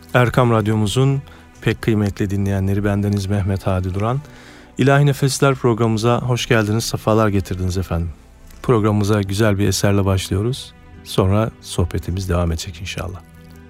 Erkam Radyomuzun pek kıymetli dinleyenleri, bendeniz Mehmet Hadi Duran. İlahi Nefesler programımıza hoş geldiniz, sefalar getirdiniz efendim. Programımıza güzel bir eserle başlıyoruz. Sonra sohbetimiz devam edecek inşallah.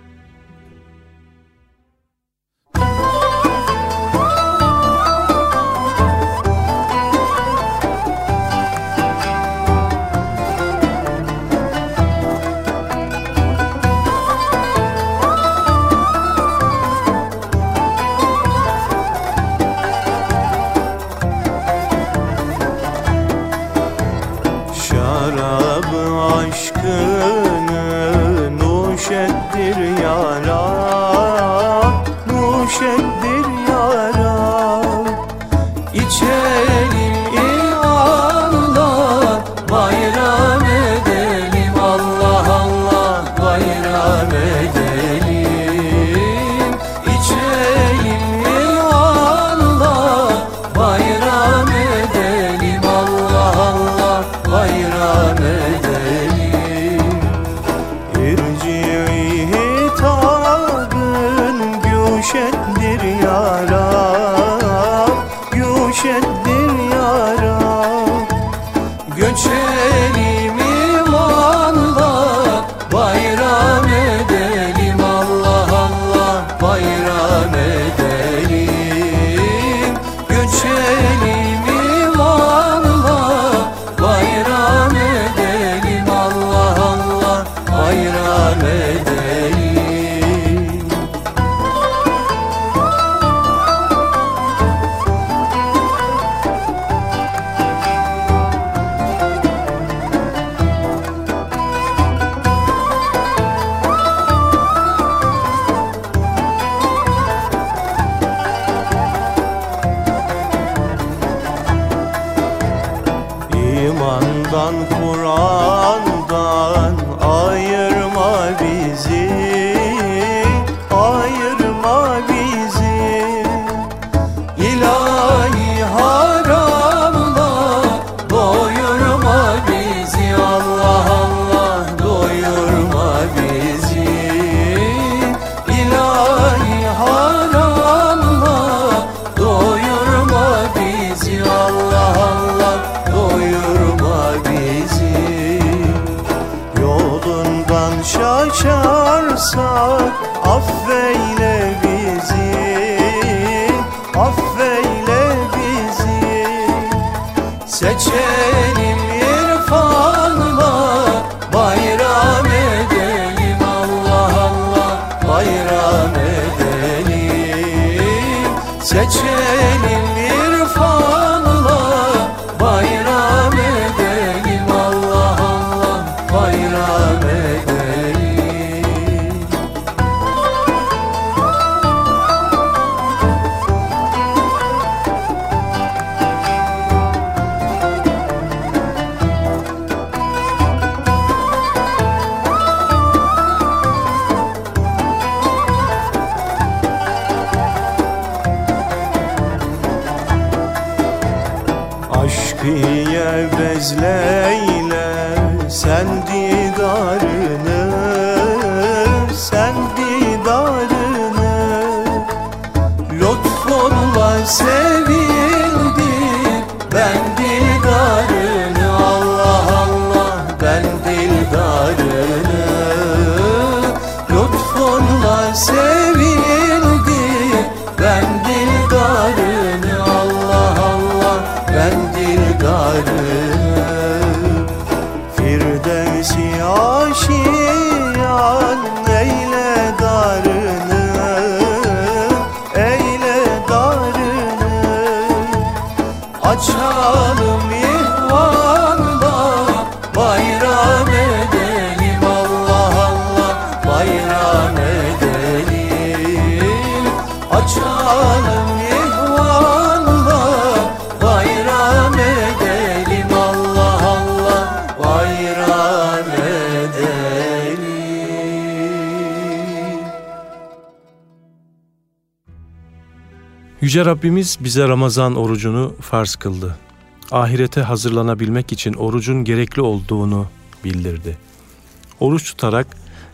Yüce Rabbimiz bize Ramazan orucunu farz kıldı. Ahirete hazırlanabilmek için orucun gerekli olduğunu bildirdi. Oruç tutarak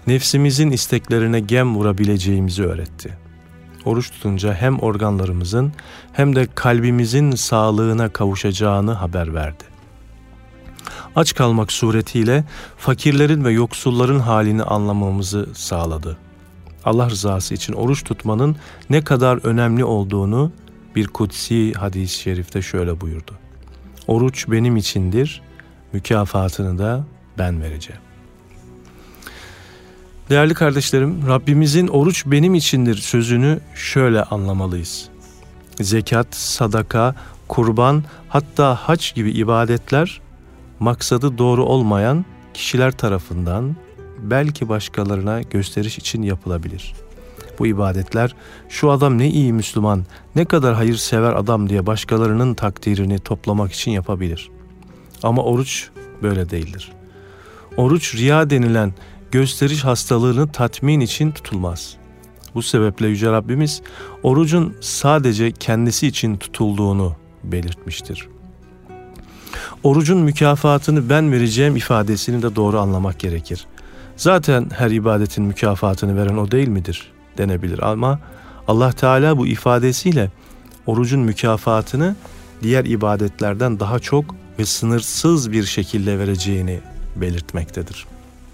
nefsimizin isteklerine gem vurabileceğimizi öğretti. Oruç tutunca hem organlarımızın hem de kalbimizin sağlığına kavuşacağını haber verdi. Aç kalmak suretiyle fakirlerin ve yoksulların halini anlamamızı sağladı. Allah rızası için oruç tutmanın ne kadar önemli olduğunu bir kutsi hadis-i şerifte şöyle buyurdu. Oruç benim içindir, mükafatını da ben vereceğim. Değerli kardeşlerim, Rabbimizin oruç benim içindir sözünü şöyle anlamalıyız. Zekat, sadaka, kurban, hatta hac gibi ibadetler maksadı doğru olmayan kişiler tarafından belki başkalarına gösteriş için yapılabilir. Bu ibadetler şu adam ne iyi Müslüman, ne kadar hayırsever adam diye başkalarının takdirini toplamak için yapabilir. Ama oruç böyle değildir. Oruç riya denilen gösteriş hastalığını tatmin için tutulmaz. Bu sebeple Yüce Rabbimiz orucun sadece kendisi için tutulduğunu belirtmiştir. Orucun mükafatını ben vereceğim ifadesini de doğru anlamak gerekir. Zaten her ibadetin mükafatını veren o değil midir denebilir ama Allah Teala bu ifadesiyle orucun mükafatını diğer ibadetlerden daha çok ve sınırsız bir şekilde vereceğini belirtmektedir.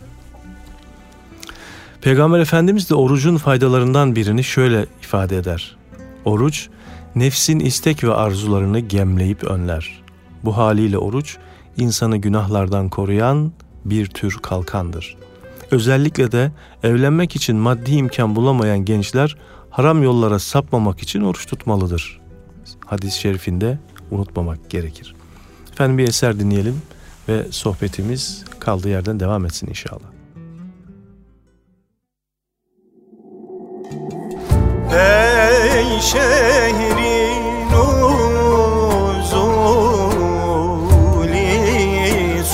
Peygamber Efendimiz de orucun faydalarından birini şöyle ifade eder. Oruç, nefsin istek ve arzularını gemleyip önler. Bu haliyle oruç, insanı günahlardan koruyan bir tür kalkandır. Özellikle de evlenmek için maddi imkan bulamayan gençler haram yollara sapmamak için oruç tutmalıdır. Hadis-i şerifinde unutmamak gerekir. Efendim bir eser dinleyelim ve sohbetimiz kaldığı yerden devam etsin inşallah. Ey şehrin uzuli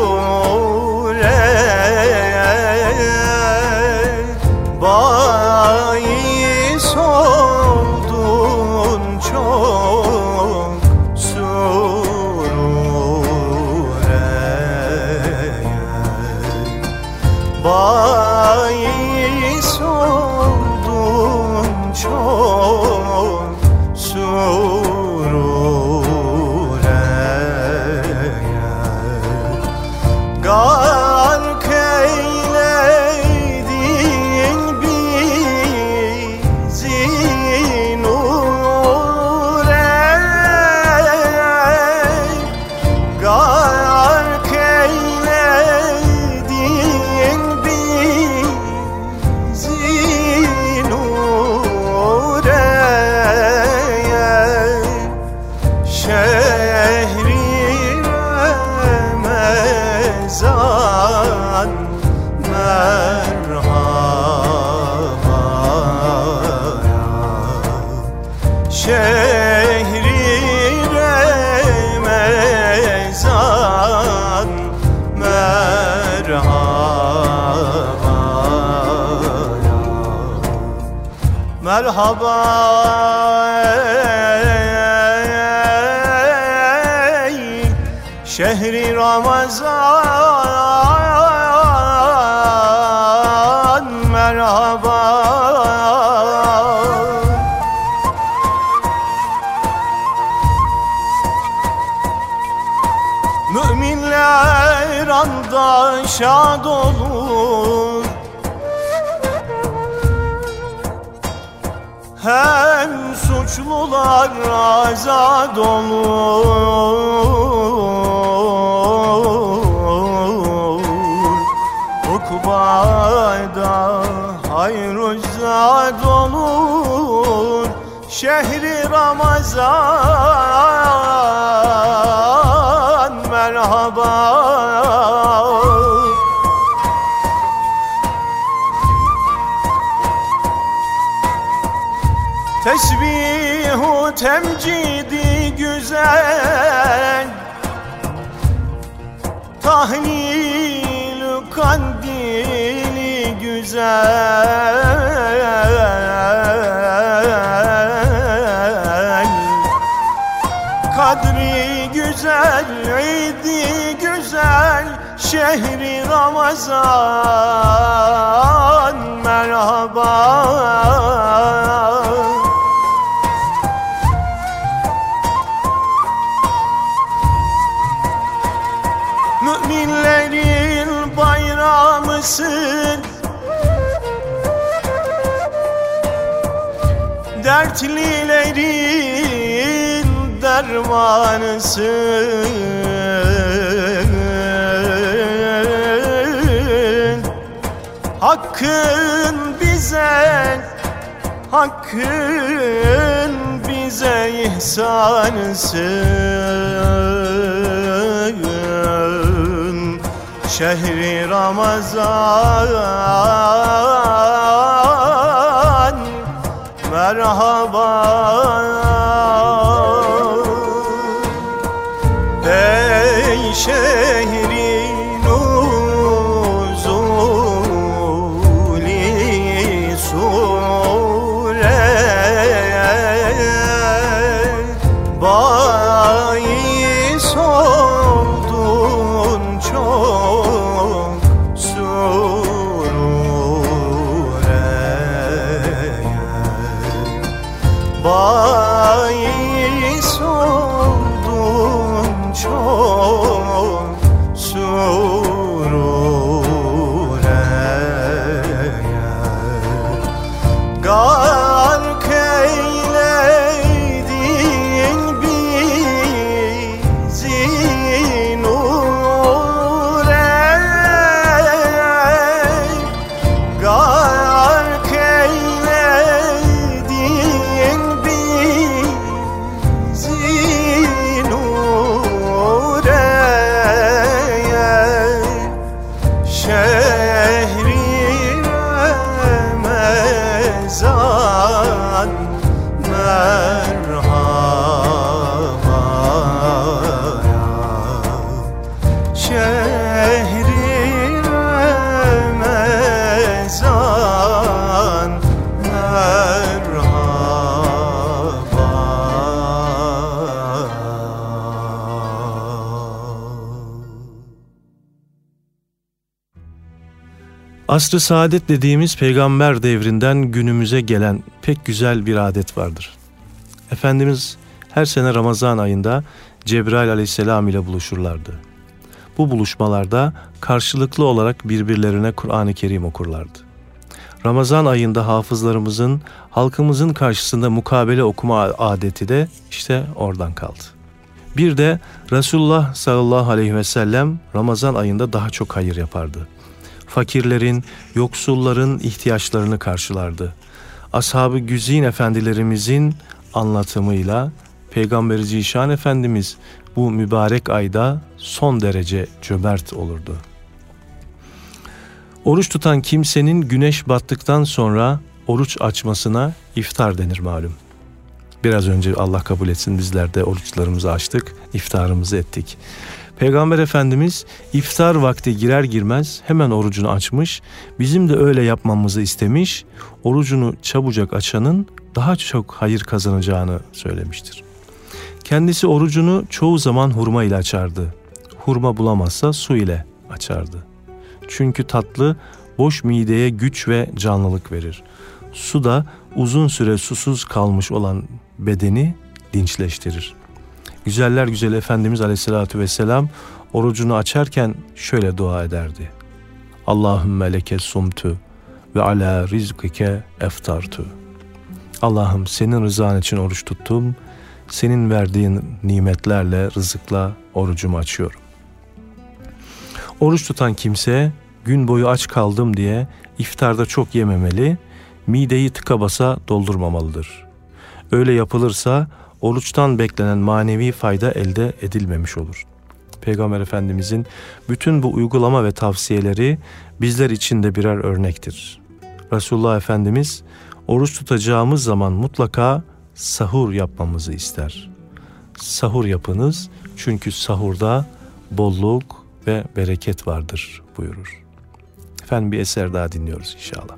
suret bahis oldun çok suret bahis oldun çok surure gark eyledin bizi nure gark eyledin bizi şehri Ramazan merhaba şehri Ramazan merhaba merhaba şehri Ramazan merhaba müminler anda şad olur hem suçlular azad olur ukbada hayr-ı zad olur şehri Ramazan merhaba tesbih-u temcidi güzel tahlil-ü kandili güzel kadri güzel idi güzel şehri Ramazan Müminlerin bayramısın, dertlilerin dermanısın. Hakkın bize ihsanısın. Şehri Ramazan merhaba. Ey şehri nuzuli sure, bahis oldun çok surure, bahis oldun çok surure. Gark eyledin bizi nure, gark eyledin bizi nure. Şehri Ramazan merhaba ya. Şehri Ramazan merhaba. Asr-ı saadet dediğimiz peygamber devrinden günümüze gelen pek güzel bir adet vardır. Efendimiz her sene Ramazan ayında Cebrail aleyhisselam ile buluşurlardı. Bu buluşmalarda karşılıklı olarak birbirlerine Kur'an-ı Kerim okurlardı. Ramazan ayında hafızlarımızın halkımızın karşısında mukabele okuma adeti de işte oradan kaldı. Bir de Resulullah sallallahu aleyhi ve sellem Ramazan ayında daha çok hayır yapardı. Fakirlerin, yoksulların ihtiyaçlarını karşılardı. Ashab-ı Güzin efendilerimizin anlatımıyla Peygamber-i Zişan Efendimiz bu mübarek ayda son derece cömert olurdu. Oruç tutan kimsenin güneş battıktan sonra oruç açmasına iftar denir malum. Biraz önce Allah kabul etsin bizler de oruçlarımızı açtık, iftarımızı ettik. Peygamber Efendimiz iftar vakti girer girmez hemen orucunu açmış, bizim de öyle yapmamızı istemiş, orucunu çabucak açanın daha çok hayır kazanacağını söylemiştir. Kendisi orucunu çoğu zaman hurma ile açardı. Hurma bulamazsa su ile açardı. Çünkü tatlı boş mideye güç ve canlılık verir. Su da uzun süre susuz kalmış olan bedeni dinçleştirir. Güzeller güzeli Efendimiz Aleyhisselatü Vesselam orucunu açarken şöyle dua ederdi. Allahümme leke sumtu ve ala rizkike eftartu. Allah'ım senin rızan için oruç tuttum, senin verdiğin nimetlerle, rızıkla orucumu açıyorum. Oruç tutan kimse gün boyu aç kaldım diye iftarda çok yememeli, mideyi tıka basa doldurmamalıdır. Öyle yapılırsa oruçtan beklenen manevi fayda elde edilmemiş olur. Peygamber Efendimizin bütün bu uygulama ve tavsiyeleri bizler için de birer örnektir. Resulullah Efendimiz oruç tutacağımız zaman mutlaka sahur yapmamızı ister. Sahur yapınız çünkü sahurda bolluk ve bereket vardır buyurur. Efendim bir eser daha dinliyoruz inşallah.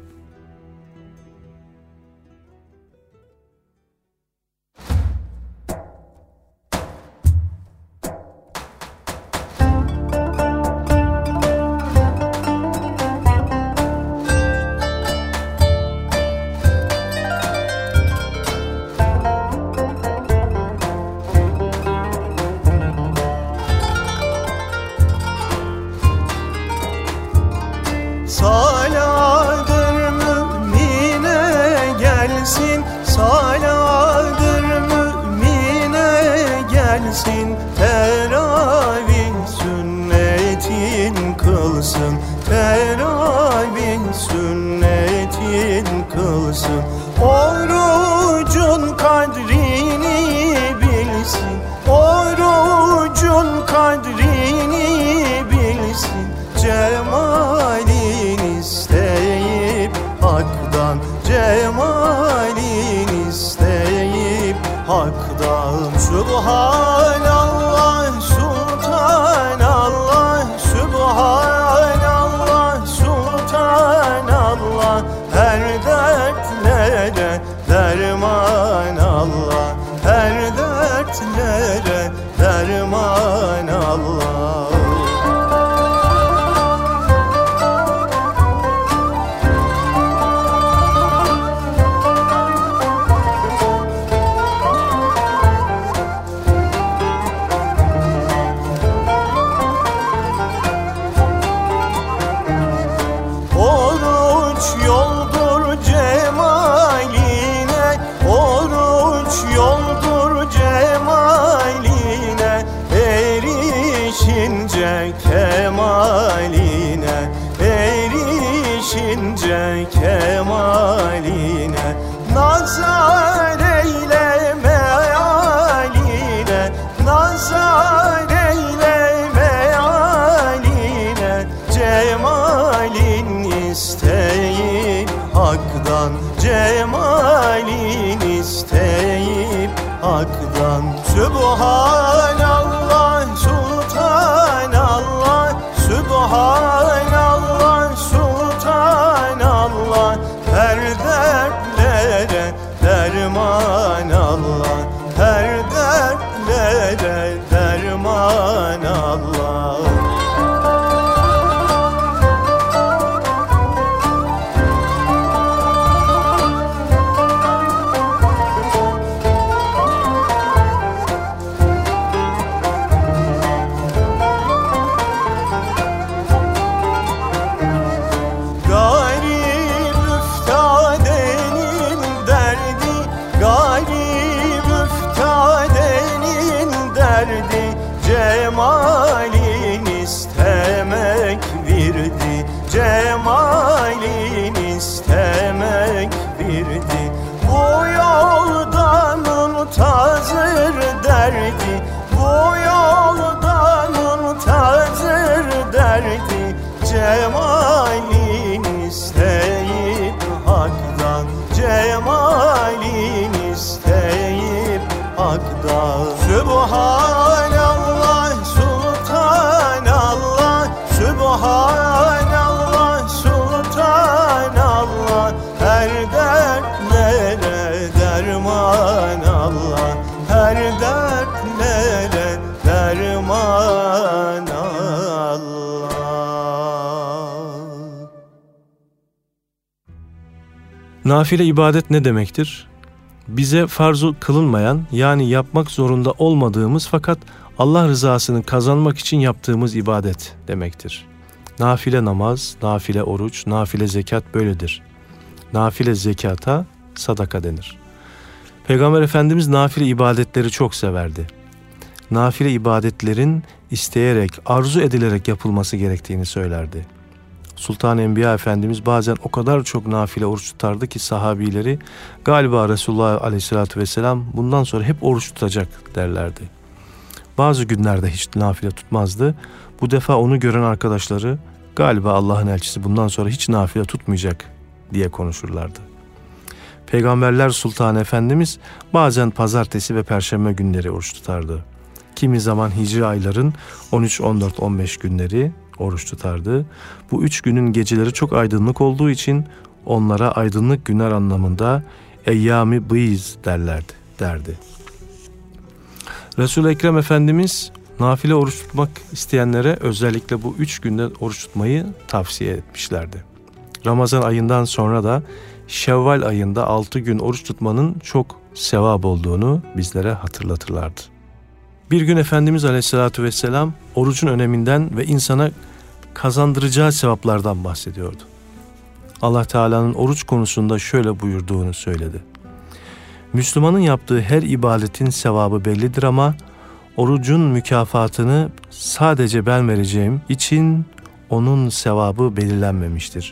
kılsın. Orucun kadrini bilsin, orucun kadrini bilsin. Cemalin isteyip haktan, cemalin isteyip haktan. Subhanallah, Sultanallah, Subhanallah, Sultanallah. Her dertlere derman Allah, her dertlere derman Allah. Kemaline, erişince kemaline, nazar eyle mealine, nazar eyle mealine. Cemalin isteyip haktan, cemalin isteyip haktan. Subhanallah, Sultanallah, Subhanallah, Sultanallah. Her dertlere derman Allah, her dertlere derman Allah. Cemalin istemek virdi, cemalin istemek virdi. Bu yoldan muntazır derdi, bu yoldan muntazır derdi. Cemalin isteyip haktan, cemalin isteyip haktan. Subhanallah, Sultanallah, Subhanallah, Sultanallah. Her dertlere derman Allah, her dertlere derman Allah. Nafile ibadet ne demektir? Bize farz kılınmayan, yani yapmak zorunda olmadığımız fakat Allah rızasını kazanmak için yaptığımız ibadet demektir. Nafile namaz, nafile oruç, nafile zekat böyledir. Nafile zekata sadaka denir. Peygamber Efendimiz nafile ibadetleri çok severdi. Nafile ibadetlerin isteyerek, arzu edilerek yapılması gerektiğini söylerdi. Sultan Enbiya Efendimiz bazen o kadar çok nafile oruç tutardı ki sahabileri galiba Resulullah Aleyhisselatü Vesselam bundan sonra hep oruç tutacak derlerdi. Bazı günlerde hiç nafile tutmazdı. Bu defa onu gören arkadaşları galiba Allah'ın elçisi bundan sonra hiç nafile tutmayacak diye konuşurlardı. Peygamberler Sultanı Efendimiz bazen pazartesi ve perşembe günleri oruç tutardı. Kimi zaman hicri ayların 13, 14, 15 günleri oruç tutardı. Bu 3 günün geceleri çok aydınlık olduğu için onlara aydınlık günler anlamında eyyami bıyız derdi. Resul-i Ekrem Efendimiz nafile oruç tutmak isteyenlere özellikle bu 3 günde oruç tutmayı tavsiye etmişlerdi. Ramazan ayından sonra da Şevval ayında 6 gün oruç tutmanın çok sevap olduğunu bizlere hatırlatırlardı. Bir gün Efendimiz Aleyhisselatü Vesselam orucun öneminden ve insana kazandıracağı sevaplardan bahsediyordu. Allah Teala'nın oruç konusunda şöyle buyurduğunu söyledi. Müslümanın yaptığı her ibadetin sevabı bellidir ama orucun mükafatını sadece ben vereceğim için onun sevabı belirlenmemiştir.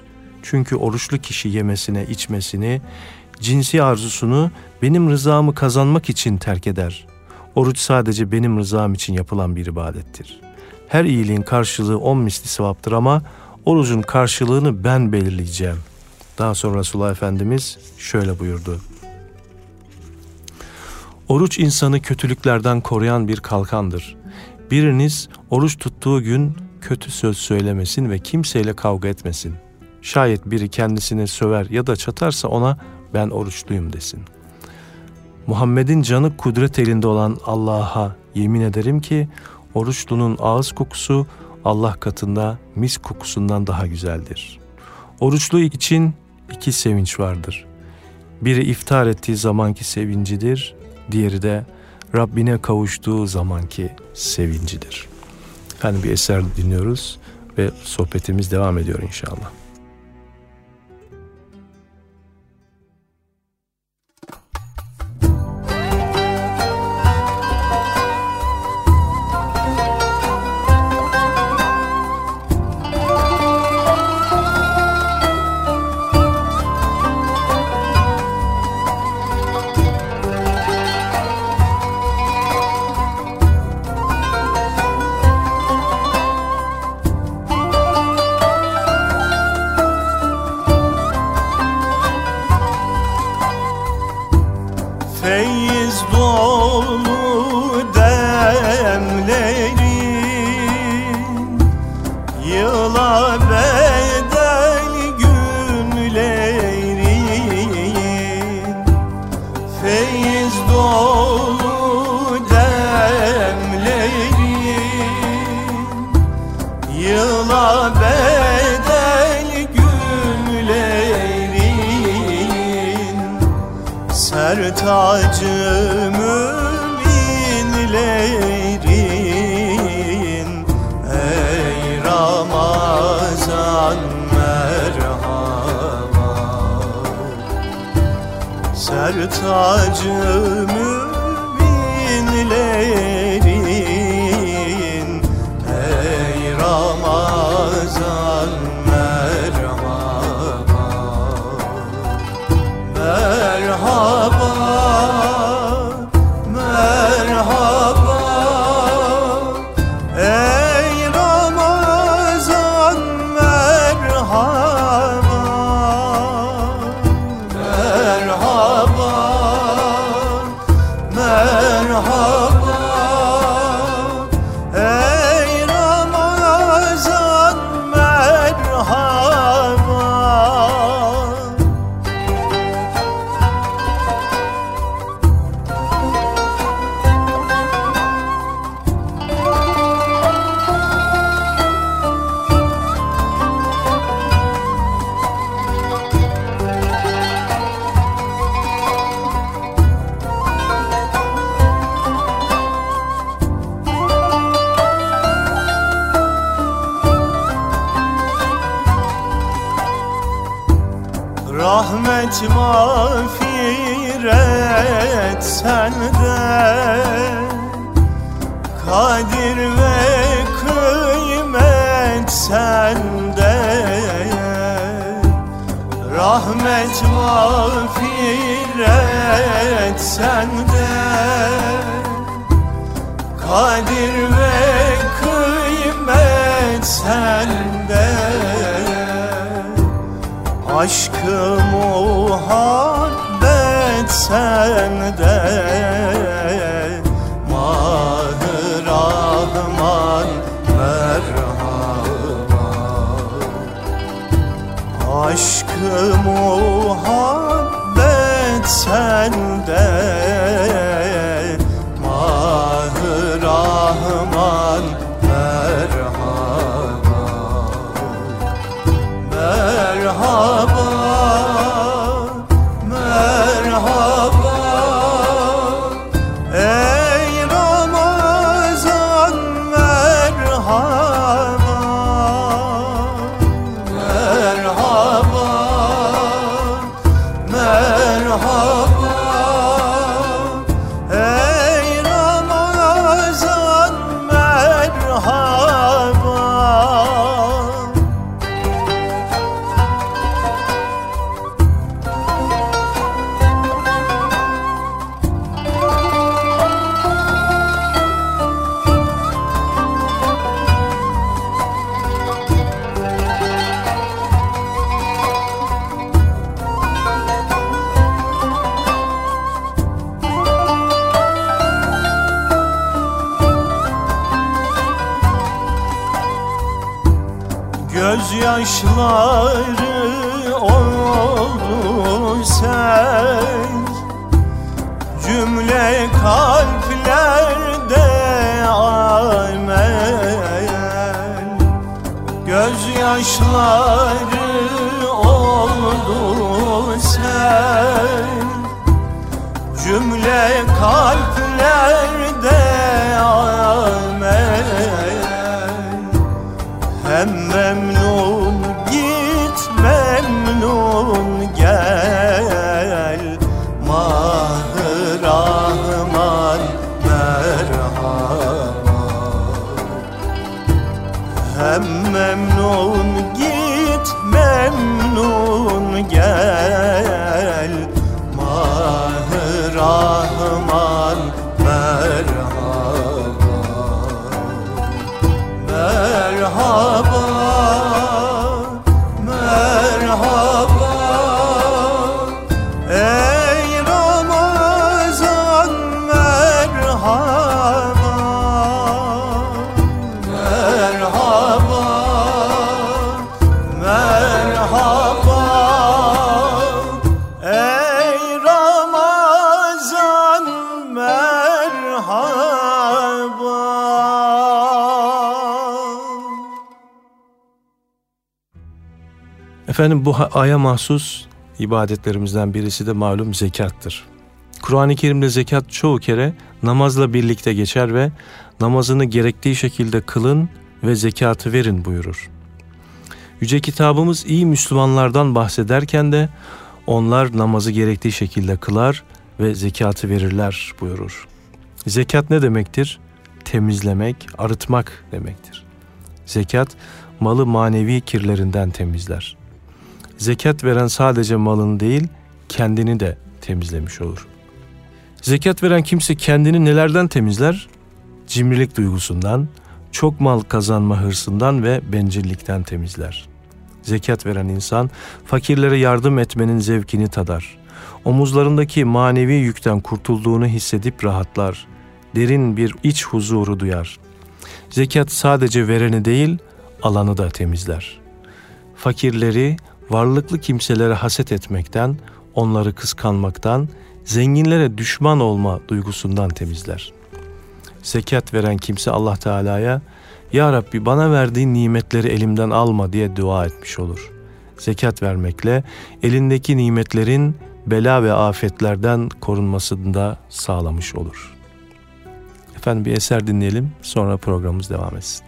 Çünkü oruçlu kişi yemesine, içmesini, cinsi arzusunu benim rızamı kazanmak için terk eder. Oruç sadece benim rızam için yapılan bir ibadettir. Her iyiliğin karşılığı 10 misli sevaptır ama orucun karşılığını ben belirleyeceğim. Daha sonra Resulullah Efendimiz şöyle buyurdu. Oruç insanı kötülüklerden koruyan bir kalkandır. Biriniz oruç tuttuğu gün kötü söz söylemesin ve kimseyle kavga etmesin. Şayet biri kendisini söver ya da çatarsa ona ben oruçluyum desin. Muhammed'in canı kudret elinde olan Allah'a yemin ederim ki oruçlunun ağız kokusu Allah katında mis kokusundan daha güzeldir. Oruçlu için 2 sevinç vardır. Biri iftar ettiği zamanki sevincidir, diğeri de Rabbine kavuştuğu zamanki sevincidir. Yani bir eser dinliyoruz ve sohbetimiz devam ediyor inşallah. Feyiz dolu demlerin, yıla bedel günlerin. Feyiz dolu demlerin, yıla bedel günlerin. Sertacı müminlerin, ey Ramazan merhaba. Sertacı müminlerin, ey Ramazan merhaba. Merhaba, merhaba, ey Ramazan merhaba. Merhaba, merhaba, ey Ramazan merhaba. Rahmet mağfiret sende, kadir ve kıymet sende. Rahmet mağfiret sende, kadir ve kıymet sende. Aşk-ı muhabbet sende, Mah-ı Rahman merhaba. Aşk-ı muhabbet sende, Mah-ı Rahman merhaba. Merhaba, merhaba, ey Ramazan merhaba. Merhaba, merhaba, ey Ramazan merhaba. Gözyaşları oldu sel, cümle kalplerde amel. Gözyaşları oldu sel, cümle kalplerde amel. Hem memnun git memnun gel, Mah-ı Rahman merhaba. Hem memnun git memnun gel, Mah-ı Rahman merhaba. Merhaba, merhaba, ey Ramazan merhaba. Merhaba, merhaba, ey Ramazan merhaba. Efendim, bu aya mahsus ibadetlerimizden birisi de malum zekattır. Kur'an-ı Kerim'de zekat çoğu kere namazla birlikte geçer ve namazını gerektiği şekilde kılın ve zekatı verin buyurur. Yüce kitabımız iyi Müslümanlardan bahsederken de onlar namazı gerektiği şekilde kılar ve zekatı verirler buyurur. Zekat ne demektir? Temizlemek, arıtmak demektir. Zekat malı manevi kirlerinden temizler. Zekat veren sadece malını değil, kendini de temizlemiş olur. Zekat veren kimse kendini nelerden temizler? Cimrilik duygusundan, çok mal kazanma hırsından ve bencillikten temizler. Zekat veren insan, fakirlere yardım etmenin zevkini tadar. Omuzlarındaki manevi yükten kurtulduğunu hissedip rahatlar. Derin bir iç huzuru duyar. Zekat sadece vereni değil, alanı da temizler. Fakirleri, varlıklı kimselere haset etmekten, onları kıskanmaktan, zenginlere düşman olma duygusundan temizler. Zekat veren kimse Allah Teala'ya, "Ya Rabbi, bana verdiğin nimetleri elimden alma" diye dua etmiş olur. Zekat vermekle elindeki nimetlerin bela ve afetlerden korunmasını da sağlamış olur. Efendim, bir eser dinleyelim, sonra programımız devam etsin.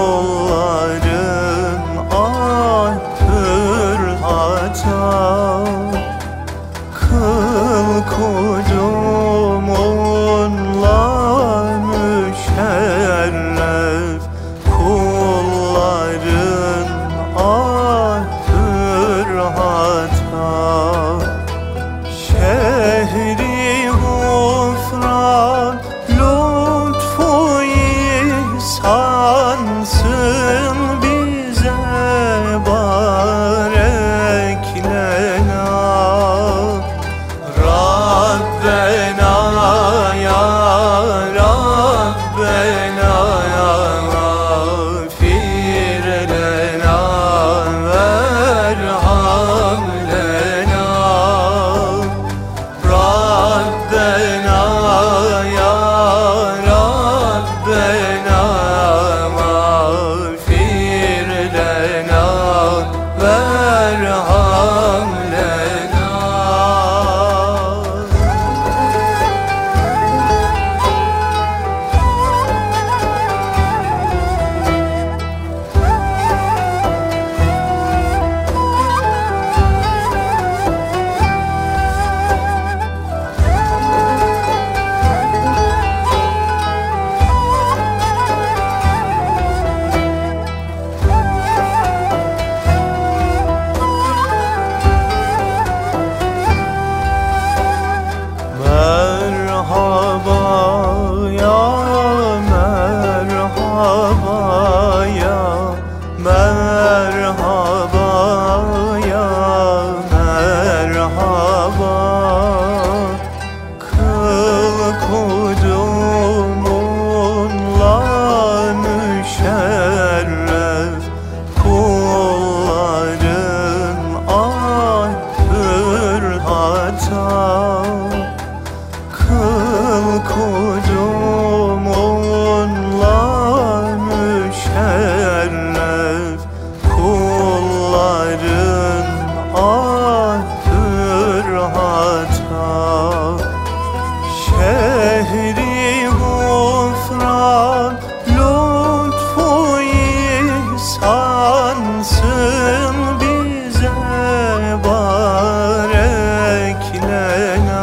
Kulların ahtır hata. şehri gufran, lütfu ihsansın bize bareklena.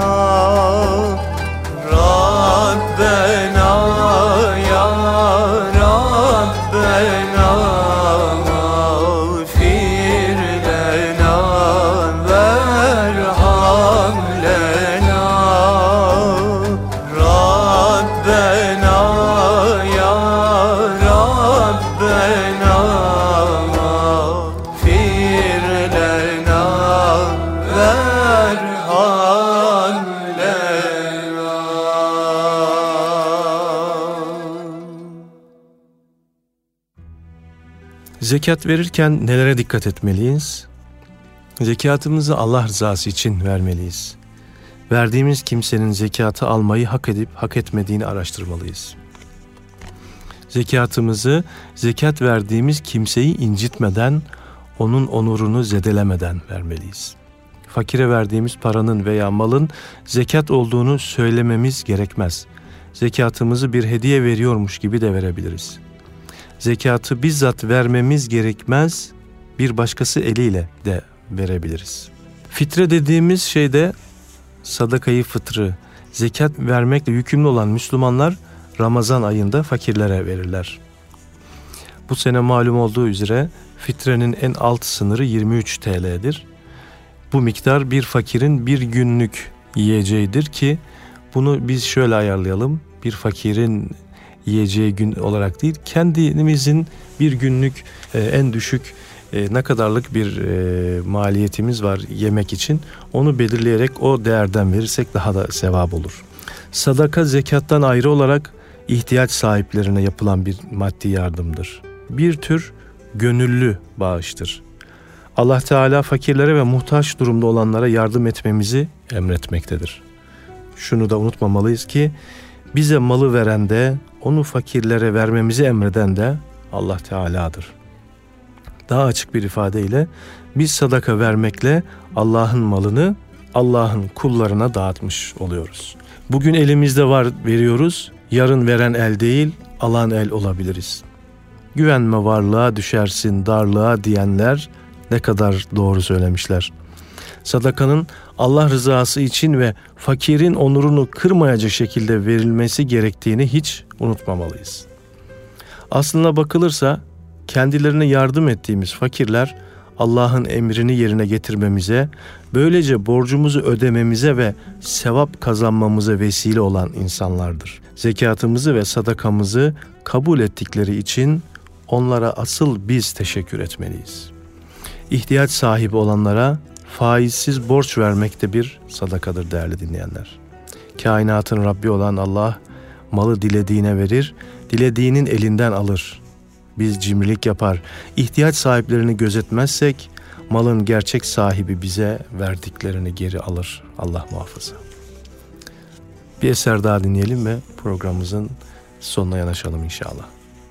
Rabbena ya Rabbena, mağfir lena verham lena. Rabbena ya Rabbena, mağfir lena verham lena. Zekat verirken nelere dikkat etmeliyiz? Zekatımızı Allah rızası için vermeliyiz. Verdiğimiz kimsenin zekatı almayı hak edip hak etmediğini araştırmalıyız. Zekatımızı zekat verdiğimiz kimseyi incitmeden, onun onurunu zedelemeden vermeliyiz. Fakire verdiğimiz paranın veya malın zekat olduğunu söylememiz gerekmez. Zekatımızı bir hediye veriyormuş gibi de verebiliriz. Zekatı bizzat vermemiz gerekmez, bir başkası eliyle de verebiliriz. Fitre dediğimiz şeyde sadakayı fıtrı, zekat vermekle yükümlü olan Müslümanlar Ramazan ayında fakirlere verirler. Bu sene malum olduğu üzere fitrenin en alt sınırı 23 TL'dir. Bu miktar bir fakirin bir günlük yiyeceğidir ki bunu biz şöyle ayarlayalım. Bir fakirin yiyeceği gün olarak değil, kendimizin bir günlük en düşük ne kadarlık bir maliyetimiz var yemek için, onu belirleyerek o değerden verirsek daha da sevap olur. Sadaka zekattan ayrı olarak ihtiyaç sahiplerine yapılan bir maddi yardımdır. Bir tür gönüllü bağıştır. Allah Teala fakirlere ve muhtaç durumda olanlara yardım etmemizi emretmektedir. Şunu da unutmamalıyız ki bize malı veren de, onu fakirlere vermemizi emreden de Allah Teala'dır. Daha açık bir ifadeyle biz sadaka vermekle Allah'ın malını Allah'ın kullarına dağıtmış oluyoruz. Bugün elimizde var, veriyoruz. Yarın veren el değil, alan el olabiliriz. Güvenme varlığa düşersin darlığa diyenler ne kadar doğru söylemişler. Sadakanın Allah rızası için ve fakirin onurunu kırmayacak şekilde verilmesi gerektiğini hiç unutmamalıyız. Aslına bakılırsa kendilerine yardım ettiğimiz fakirler Allah'ın emrini yerine getirmemize, böylece borcumuzu ödememize ve sevap kazanmamıza vesile olan insanlardır. Zekatımızı ve sadakamızı kabul ettikleri için onlara asıl biz teşekkür etmeliyiz. İhtiyaç sahibi olanlara faizsiz borç vermek de bir sadakadır değerli dinleyenler. Kainatın Rabbi olan Allah malı dilediğine verir, dilediğinin elinden alır. Biz cimrilik yapar, ihtiyaç sahiplerini gözetmezsek malın gerçek sahibi bize verdiklerini geri alır. Allah muhafaza. Bir eser daha dinleyelim ve programımızın sonuna yanaşalım inşallah.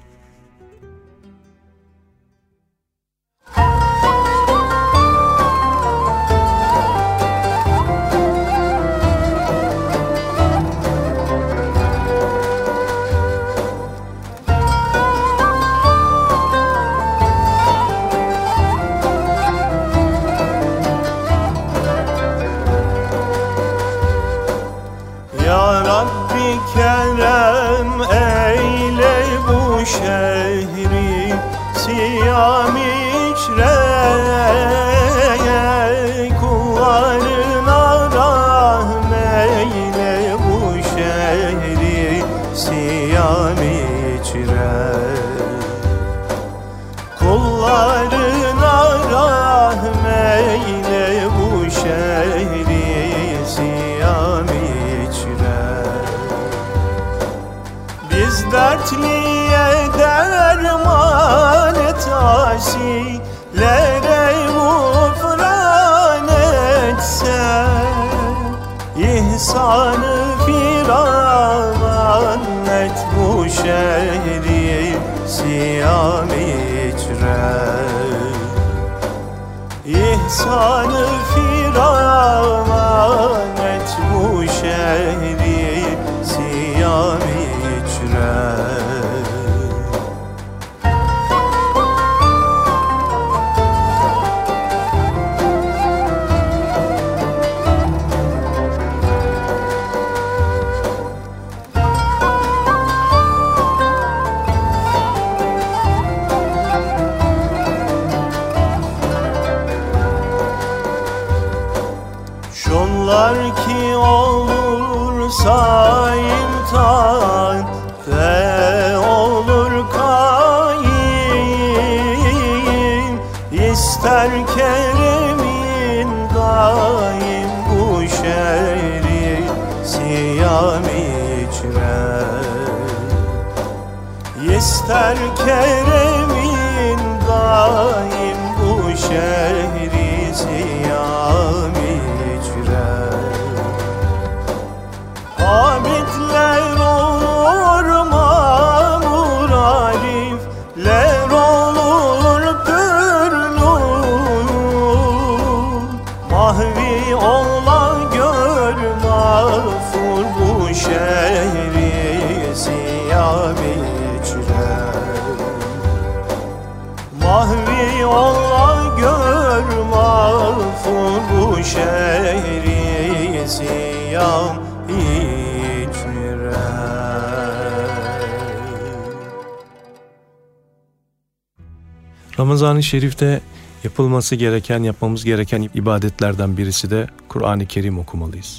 Kerem eyle bu şehri siyam içre, kullarına rahmeyle bu şehri siyam içre, kullarına rahmeyle bu şehri siyam içre. Biz dertliye derman et, asilere gufran etse, ihsanı firavan et bu şehri siyam içre. İhsanı firavan et bu şehri siyam İster Kerem'in daim bu şehri siyam içre. İster Kerem'in daim bu şehri siyam içre. Hamidler olur mamur arifler olur pürlü. Mahvi ola gör mağfur bu şehri siyam içre. Mahvi ola gör mağfur bu şehri siyam içre. Ramazan-ı Şerif'te yapmamız gereken ibadetlerden birisi de Kur'an-ı Kerim okumalıyız.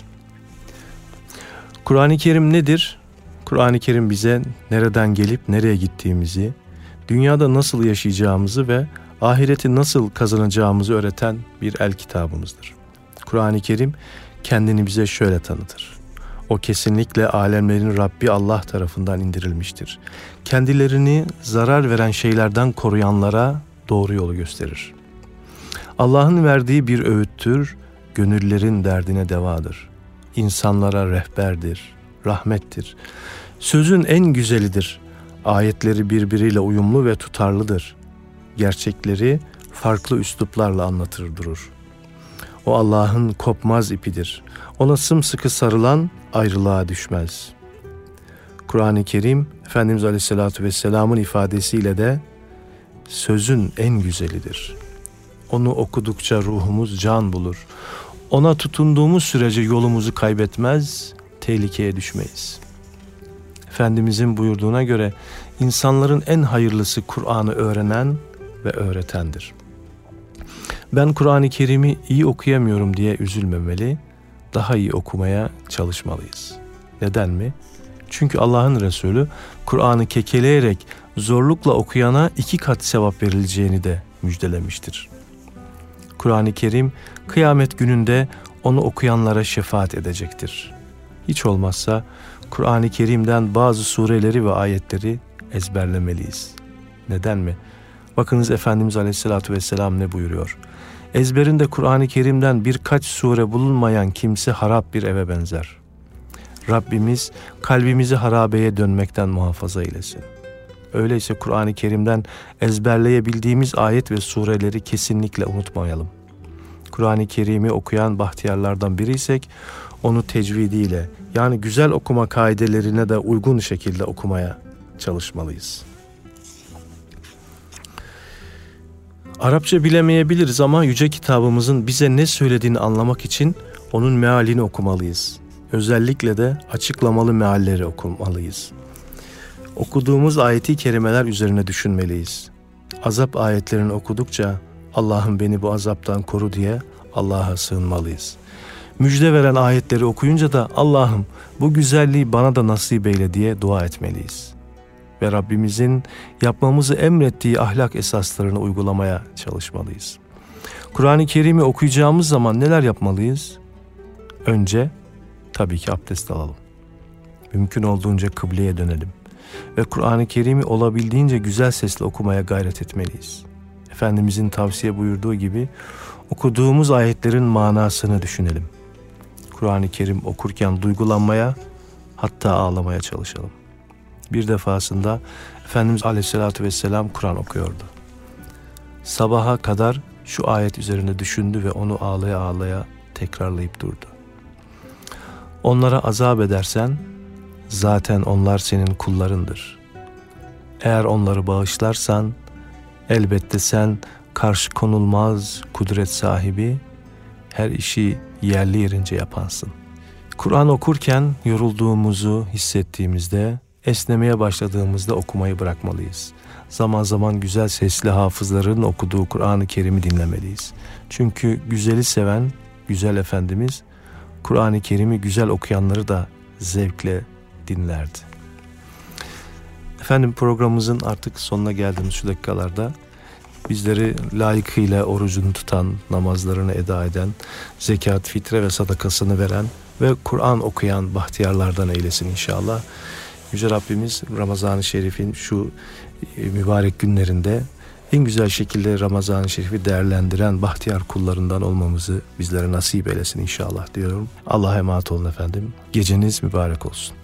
Kur'an-ı Kerim nedir? Kur'an-ı Kerim bize nereden gelip nereye gittiğimizi, dünyada nasıl yaşayacağımızı ve ahireti nasıl kazanacağımızı öğreten bir el kitabımızdır. Kur'an-ı Kerim kendini bize şöyle tanıtır. O kesinlikle alemlerin Rabbi Allah tarafından indirilmiştir. Kendilerini zarar veren şeylerden koruyanlara doğru yolu gösterir. Allah'ın verdiği bir öğüttür, gönüllerin derdine devadır. İnsanlara rehberdir, rahmettir. Sözün en güzelidir. Ayetleri birbiriyle uyumlu ve tutarlıdır. Gerçekleri farklı üsluplarla anlatır durur. O Allah'ın kopmaz ipidir. Ona sımsıkı sarılan ayrılığa düşmez. Kur'an-ı Kerim, Efendimiz Aleyhisselatü Vesselam'ın ifadesiyle de sözün en güzelidir. Onu okudukça ruhumuz can bulur. Ona tutunduğumuz sürece yolumuzu kaybetmez, tehlikeye düşmeyiz. Efendimizin buyurduğuna göre insanların en hayırlısı Kur'an'ı öğrenen ve öğretendir. Ben Kur'an-ı Kerim'i iyi okuyamıyorum diye üzülmemeli, daha iyi okumaya çalışmalıyız. Neden mi? Çünkü Allah'ın Resulü Kur'an'ı kekeleyerek zorlukla okuyana 2 kat sevap verileceğini de müjdelemiştir. Kur'an-ı Kerim kıyamet gününde onu okuyanlara şefaat edecektir. Hiç olmazsa Kur'an-ı Kerim'den bazı sureleri ve ayetleri ezberlemeliyiz. Neden mi? Bakınız Efendimiz Aleyhisselatü Vesselam ne buyuruyor? Ezberinde Kur'an-ı Kerim'den birkaç sure bulunmayan kimse harap bir eve benzer. Rabbimiz kalbimizi harabeye dönmekten muhafaza eylesin. Öyleyse Kur'an-ı Kerim'den ezberleyebildiğimiz ayet ve sureleri kesinlikle unutmayalım. Kur'an-ı Kerim'i okuyan bahtiyarlardan biriysek onu tecvidiyle, yani güzel okuma kaidelerine de uygun şekilde okumaya çalışmalıyız. Arapça bilemeyebiliriz ama yüce kitabımızın bize ne söylediğini anlamak için onun mealini okumalıyız. Özellikle de açıklamalı mealleri okumalıyız. Okuduğumuz ayeti kerimeler üzerine düşünmeliyiz. Azap ayetlerini okudukça Allah'ım beni bu azaptan koru diye Allah'a sığınmalıyız. Müjde veren ayetleri okuyunca da Allah'ım bu güzelliği bana da nasip eyle diye dua etmeliyiz. Ve Rabbimizin yapmamızı emrettiği ahlak esaslarını uygulamaya çalışmalıyız. Kur'an-ı Kerim'i okuyacağımız zaman neler yapmalıyız? Önce tabii ki abdest alalım. Mümkün olduğunca kıbleye dönelim. Ve Kur'an-ı Kerim'i olabildiğince güzel sesle okumaya gayret etmeliyiz. Efendimizin tavsiye buyurduğu gibi okuduğumuz ayetlerin manasını düşünelim. Kur'an-ı Kerim okurken duygulanmaya, hatta ağlamaya çalışalım. Bir defasında Efendimiz Aleyhisselatü Vesselam Kur'an okuyordu. Sabaha kadar şu ayet üzerinde düşündü ve onu ağlaya ağlaya tekrarlayıp durdu. Onlara azap edersen zaten onlar senin kullarındır. Eğer onları bağışlarsan elbette sen karşı konulmaz kudret sahibi, her işi yerli yerince yapansın. Kur'an okurken yorulduğumuzu hissettiğimizde, esnemeye başladığımızda okumayı bırakmalıyız. Zaman zaman güzel sesli hafızların okuduğu Kur'an-ı Kerim'i dinlemeliyiz. Çünkü güzeli seven güzel Efendimiz Kur'an-ı Kerim'i güzel okuyanları da zevkle dinlerdi. Efendim programımızın artık sonuna geldiğimiz şu dakikalarda bizleri layıkıyla orucunu tutan, namazlarını eda eden, zekat, fitre ve sadakasını veren ve Kur'an okuyan bahtiyarlardan eylesin inşallah. Yüce Rabbimiz Ramazan-ı Şerif'in şu mübarek günlerinde en güzel şekilde Ramazan-ı Şerif'i değerlendiren bahtiyar kullarından olmamızı bizlere nasip eylesin inşallah diyorum. Allah'a emanet olun efendim. Geceniz mübarek olsun.